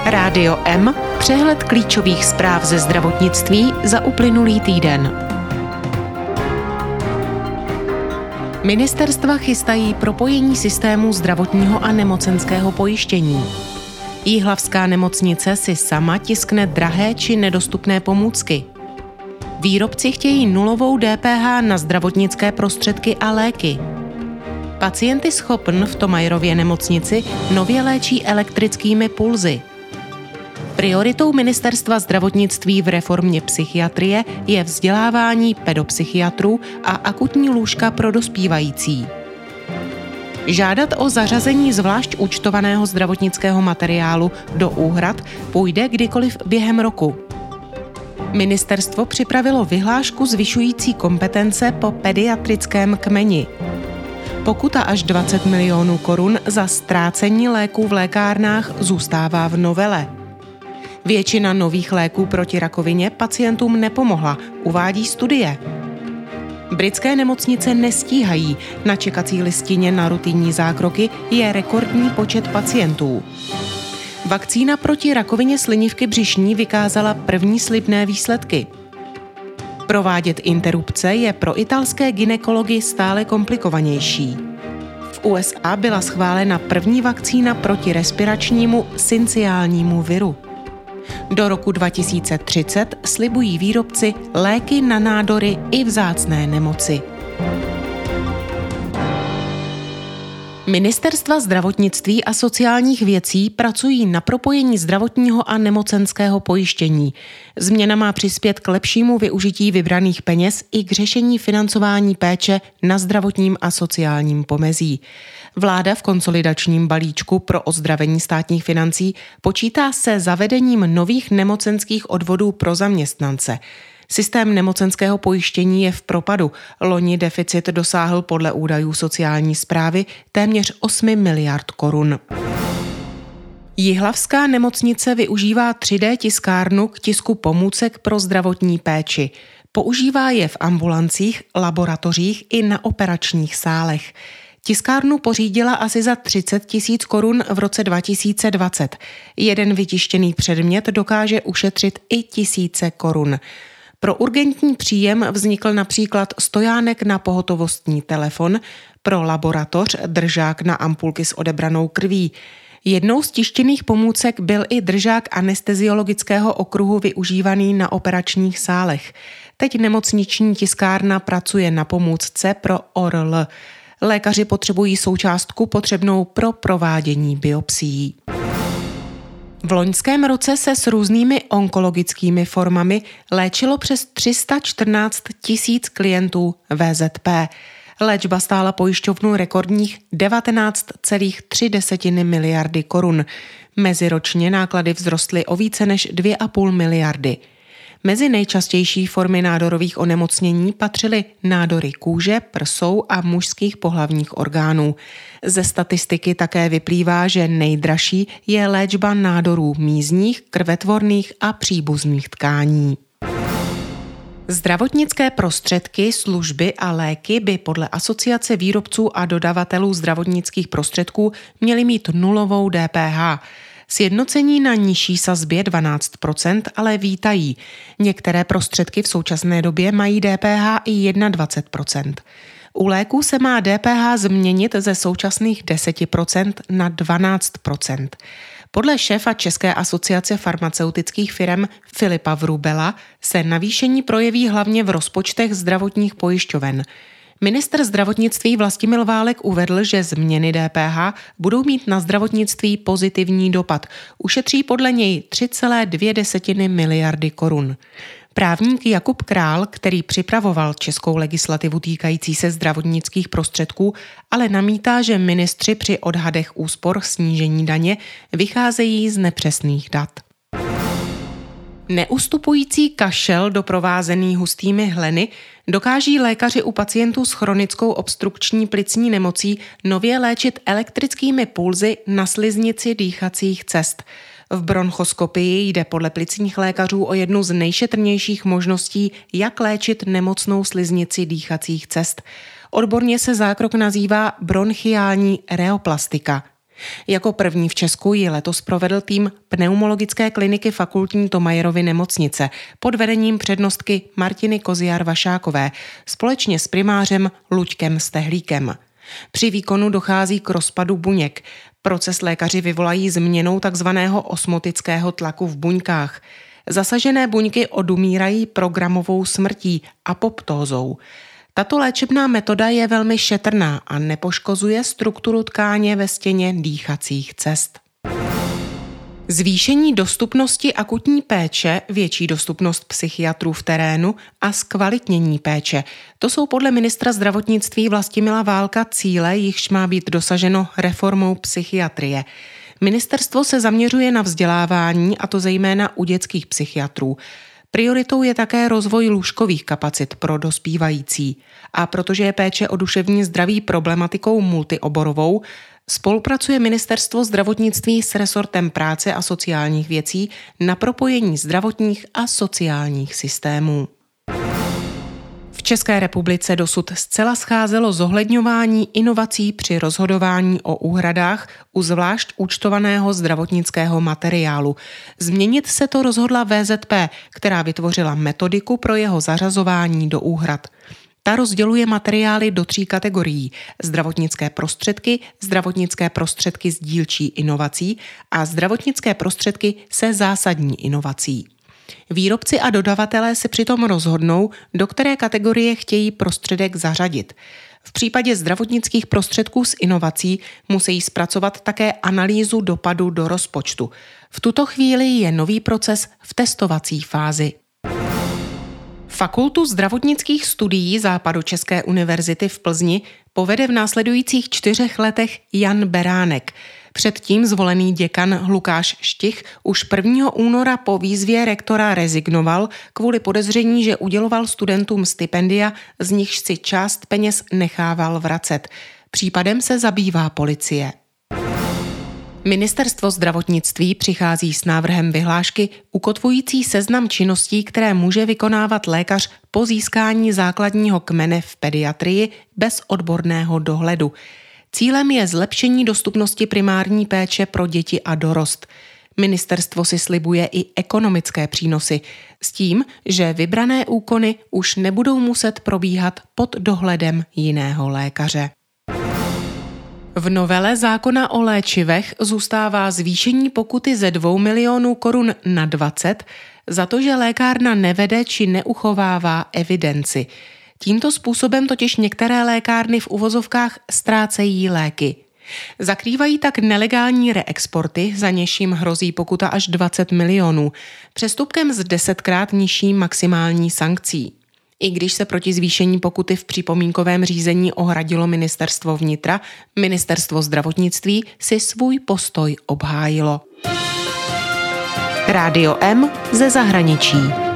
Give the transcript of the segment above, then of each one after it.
Rádio M, přehled klíčových zpráv ze zdravotnictví za uplynulý týden. Ministerstva chystají propojení systému zdravotního a nemocenského pojištění. Jihlavská nemocnice si sama tiskne drahé či nedostupné pomůcky. Výrobci chtějí nulovou DPH na zdravotnické prostředky a léky. Pacienty z Chopin v Thomayerově nemocnici nově léčí elektrickými pulzy. Prioritou Ministerstva zdravotnictví v reformě psychiatrie je vzdělávání pedopsychiatrů a akutní lůžka pro dospívající. Žádat o zařazení zvlášť účtovaného zdravotnického materiálu do úhrad půjde kdykoliv během roku. Ministerstvo připravilo vyhlášku zvyšující kompetence po pediatrickém kmeni. Pokuta až 20 milionů korun za ztrácení léků v lékárnách zůstává v novele. Většina nových léků proti rakovině pacientům nepomohla, uvádí studie. Britské nemocnice nestíhají, na čekací listině na rutinní zákroky je rekordní počet pacientů. Vakcína proti rakovině slinivky břišní vykázala první slibné výsledky. Provádět interrupce je pro italské gynekology stále komplikovanější. V USA byla schválena první vakcína proti respiračnímu syncytiálnímu viru. Do roku 2030 slibují výrobci léky na nádory i vzácné nemoci. Ministerstva zdravotnictví a sociálních věcí pracují na propojení zdravotního a nemocenského pojištění. Změna má přispět k lepšímu využití vybraných peněz i k řešení financování péče na zdravotním a sociálním pomezí. Vláda v konsolidačním balíčku pro ozdravení státních financí počítá se zavedením nových nemocenských odvodů pro zaměstnance. Systém nemocenského pojištění je v propadu. Loni deficit dosáhl podle údajů sociální správy téměř 8 miliard korun. Jihlavská nemocnice využívá 3D tiskárnu k tisku pomůcek pro zdravotní péči. Používá je v ambulancích, laboratořích i na operačních sálech. Tiskárnu pořídila asi za 30 000 korun v roce 2020. Jeden vytištěný předmět dokáže ušetřit i tisíce korun. Pro urgentní příjem vznikl například stojánek na pohotovostní telefon, pro laboratoř držák na ampulky s odebranou krví. Jednou z tištěných pomůcek byl i držák anesteziologického okruhu využívaný na operačních sálech. Teď nemocniční tiskárna pracuje na pomůcce pro ORL. Lékaři potřebují součástku potřebnou pro provádění biopsií. V loňském roce se s různými onkologickými formami léčilo přes 314 000 klientů VZP. Léčba stála pojišťovnu rekordních 19,3 miliardy korun. Meziročně náklady vzrostly o více než 2,5 miliardy. Mezi nejčastější formy nádorových onemocnění patřily nádory kůže, prsou a mužských pohlavních orgánů. Ze statistiky také vyplývá, že nejdražší je léčba nádorů mízních, krvetvorných a příbuzných tkání. Zdravotnické prostředky, služby a léky by podle Asociace výrobců a dodavatelů zdravotnických prostředků měly mít nulovou DPH. Sjednocení na nižší sazbě 12% ale vítají. Některé prostředky v současné době mají DPH i 21%. U léků se má DPH změnit ze současných 10% na 12%. Podle šéfa České asociace farmaceutických firem Filipa Vrubela se navýšení projeví hlavně v rozpočtech zdravotních pojišťoven. Ministr zdravotnictví Vlastimil Válek uvedl, že změny DPH budou mít na zdravotnictví pozitivní dopad. Ušetří podle něj 3,2 miliardy korun. Právník Jakub Král, který připravoval českou legislativu týkající se zdravotnických prostředků, ale namítá, že ministři při odhadech úspor snížení daně vycházejí z nepřesných dat. Neustupující kašel doprovázený hustými hleny dokáží lékaři u pacientů s chronickou obstrukční plicní nemocí nově léčit elektrickými pulzy na sliznici dýchacích cest. V bronchoskopii jde podle plicních lékařů o jednu z nejšetrnějších možností, jak léčit nemocnou sliznici dýchacích cest. Odborně se zákrok nazývá bronchiální reoplastika. Jako první v Česku ji letos provedl tým pneumologické kliniky Fakultní Thomayerovy nemocnice pod vedením přednostky Martiny Koziar-Vašákové společně s primářem Luďkem Stehlíkem. Při výkonu dochází k rozpadu buněk. Proces lékaři vyvolají změnou takzvaného osmotického tlaku v buňkách. Zasažené buňky odumírají programovou smrtí, apoptózou. Tato léčebná metoda je velmi šetrná a nepoškozuje strukturu tkáně ve stěně dýchacích cest. Zvýšení dostupnosti akutní péče, větší dostupnost psychiatrů v terénu a zkvalitnění péče. To jsou podle ministra zdravotnictví Vlastimila Válka cíle, jichž má být dosaženo reformou psychiatrie. Ministerstvo se zaměřuje na vzdělávání, a to zejména u dětských psychiatrů. Prioritou je také rozvoj lůžkových kapacit pro dospívající. A protože je péče o duševní zdraví problematikou multioborovou, spolupracuje Ministerstvo zdravotnictví s resortem práce a sociálních věcí na propojení zdravotních a sociálních systémů. V České republice dosud zcela scházelo zohledňování inovací při rozhodování o úhradách u zvlášť účtovaného zdravotnického materiálu. Změnit se to rozhodla VZP, která vytvořila metodiku pro jeho zařazování do úhrad. Ta rozděluje materiály do 3 kategorií: zdravotnické prostředky s dílčí inovací a zdravotnické prostředky se zásadní inovací. Výrobci a dodavatelé se přitom rozhodnou, do které kategorie chtějí prostředek zařadit. V případě zdravotnických prostředků s inovací musí zpracovat také analýzu dopadu do rozpočtu. V tuto chvíli je nový proces v testovací fázi. Fakultu zdravotnických studií Západočeské univerzity v Plzni povede v následujících 4 letech Jan Beránek. Předtím zvolený děkan Lukáš Štich už 1. února po výzvě rektora rezignoval kvůli podezření, že uděloval studentům stipendia, z nichž si část peněz nechával vracet. Případem se zabývá policie. Ministerstvo zdravotnictví přichází s návrhem vyhlášky ukotvující seznam činností, které může vykonávat lékař po získání základního kmene v pediatrii bez odborného dohledu. Cílem je zlepšení dostupnosti primární péče pro děti a dorost. Ministerstvo si slibuje i ekonomické přínosy s tím, že vybrané úkony už nebudou muset probíhat pod dohledem jiného lékaře. V novele zákona o léčivech zůstává zvýšení pokuty ze 2 milionů korun na 20 za to, že lékárna nevede či neuchovává evidenci. Tímto způsobem totiž některé lékárny v uvozovkách ztrácejí léky. Zakrývají tak nelegální reexporty, za něž jim hrozí pokuta až 20 milionů, přestupkem s 10krát nižší maximální sankcí. I když se proti zvýšení pokuty v připomínkovém řízení ohradilo Ministerstvo vnitra, Ministerstvo zdravotnictví si svůj postoj obhájilo. Rádio M ze zahraničí.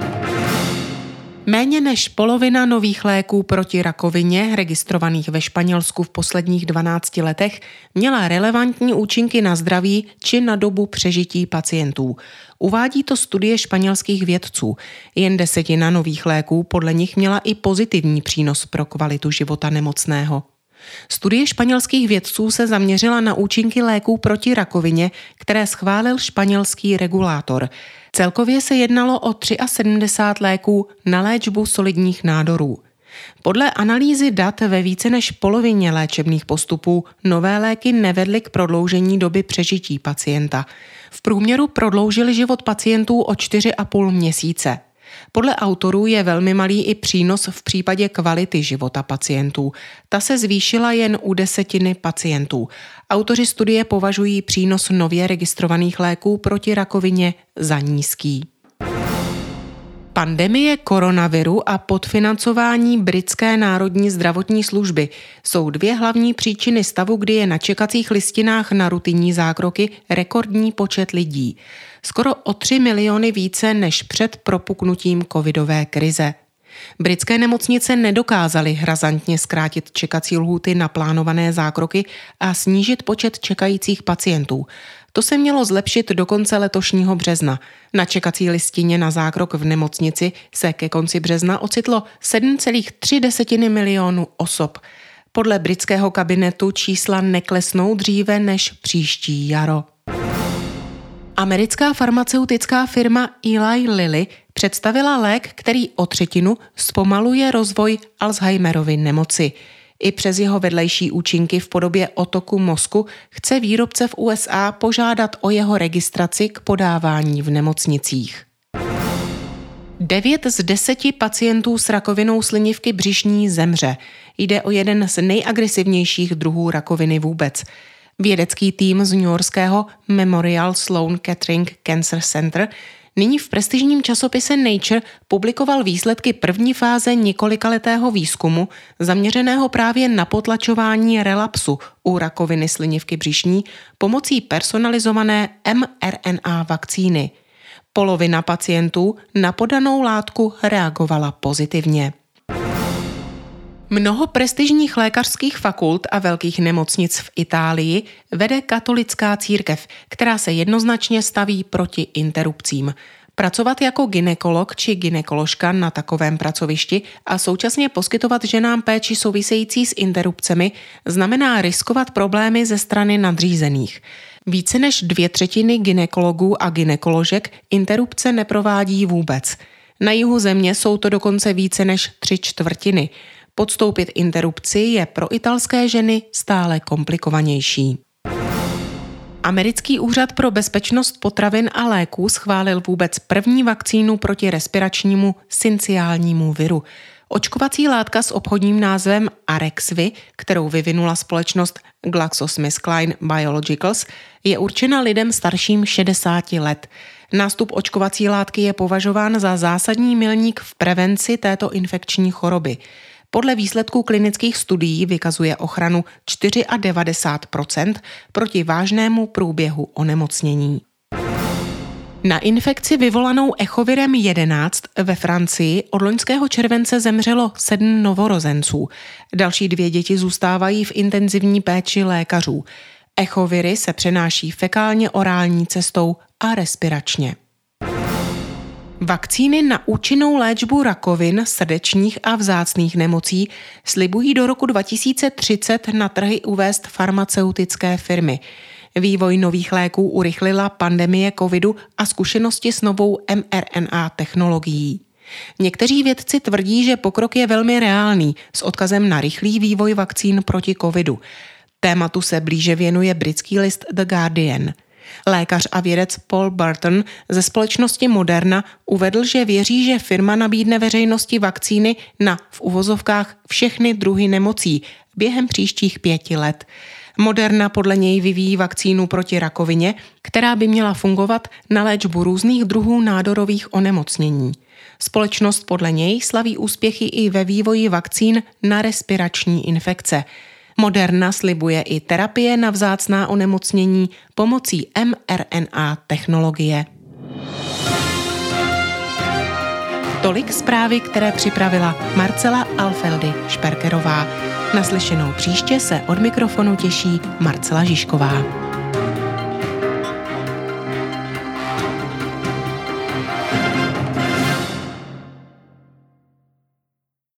Méně než polovina nových léků proti rakovině, registrovaných ve Španělsku v posledních 12 letech, měla relevantní účinky na zdraví či na dobu přežití pacientů. Uvádí to studie španělských vědců. Jen 10% nových léků podle nich měla i pozitivní přínos pro kvalitu života nemocného. Studie španělských vědců se zaměřila na účinky léků proti rakovině, které schválil španělský regulátor. Celkově se jednalo o 73 léků na léčbu solidních nádorů. Podle analýzy dat ve více než polovině léčebných postupů nové léky nevedly k prodloužení doby přežití pacienta. V průměru prodloužily život pacientů o 4,5 měsíce. Podle autorů je velmi malý i přínos v případě kvality života pacientů. Ta se zvýšila jen u 10% pacientů. Autoři studie považují přínos nově registrovaných léků proti rakovině za nízký. Pandemie koronaviru a podfinancování britské národní zdravotní služby jsou 2 hlavní příčiny stavu, kdy je na čekacích listinách na rutinní zákroky rekordní počet lidí. Skoro o 3 miliony více než před propuknutím covidové krize. Britské nemocnice nedokázaly razantně zkrátit čekací lhůty na plánované zákroky a snížit počet čekajících pacientů. To se mělo zlepšit do konce letošního března. Na čekací listině na zákrok v nemocnici se ke konci března ocitlo 7,3 milionu osob. Podle britského kabinetu čísla neklesnou dříve než příští jaro. Americká farmaceutická firma Eli Lilly představila lék, který o 1/3 zpomaluje rozvoj Alzheimerovy nemoci. I přes jeho vedlejší účinky v podobě otoku mozku chce výrobce v USA požádat o jeho registraci k podávání v nemocnicích. 9 z 10 pacientů s rakovinou slinivky břišní zemře. Jde o jeden z nejagresivnějších druhů rakoviny vůbec. Vědecký tým z newyorského Memorial Sloan Kettering Cancer Center nyní v prestižním časopise Nature publikoval výsledky první fáze několikaletého výzkumu zaměřeného právě na potlačování relapsu u rakoviny slinivky břišní pomocí personalizované mRNA vakcíny. Polovina pacientů na podanou látku reagovala pozitivně. Mnoho prestižních lékařských fakult a velkých nemocnic v Itálii vede katolická církev, která se jednoznačně staví proti interrupcím. Pracovat jako gynekolog či gynekoložka na takovém pracovišti a současně poskytovat ženám péči související s interrupcemi znamená riskovat problémy ze strany nadřízených. Více než 2/3 gynekologů a gynekoložek interrupce neprovádí vůbec. Na jihu země jsou to dokonce více než 3/4. Podstoupit interrupci je pro italské ženy stále komplikovanější. Americký úřad pro bezpečnost potravin a léků schválil vůbec první vakcínu proti respiračnímu syncytiálnímu viru. Očkovací látka s obchodním názvem Arexvy, kterou vyvinula společnost GlaxoSmithKline Biologicals, je určena lidem starším 60 let. Nástup očkovací látky je považován za zásadní milník v prevenci této infekční choroby. Podle výsledků klinických studií vykazuje ochranu 94% proti vážnému průběhu onemocnění. Na infekci vyvolanou echovirem 11 ve Francii od loňského července zemřelo 7 novorozenců. Další 2 děti zůstávají v intenzivní péči lékařů. Echoviry se přenáší fekálně orální cestou a respiračně. Vakcíny na účinnou léčbu rakovin, srdečních a vzácných nemocí slibují do roku 2030 na trhy uvést farmaceutické firmy. Vývoj nových léků urychlila pandemie covidu a zkušenosti s novou mRNA technologií. Někteří vědci tvrdí, že pokrok je velmi reálný s odkazem na rychlý vývoj vakcín proti covidu. Tématu se blíže věnuje britský list The Guardian. Lékař a vědec Paul Burton ze společnosti Moderna uvedl, že věří, že firma nabídne veřejnosti vakcíny na v uvozovkách všechny druhy nemocí během příštích 5 let. Moderna podle něj vyvíjí vakcínu proti rakovině, která by měla fungovat na léčbu různých druhů nádorových onemocnění. Společnost podle něj slaví úspěchy i ve vývoji vakcín na respirační infekce. Moderna slibuje i terapie na vzácná onemocnění pomocí mRNA technologie. Tolik zprávy, které připravila Marcela Alfeldy-Šperkerová. Naslyšenou příště se od mikrofonu těší Marcela Žižková.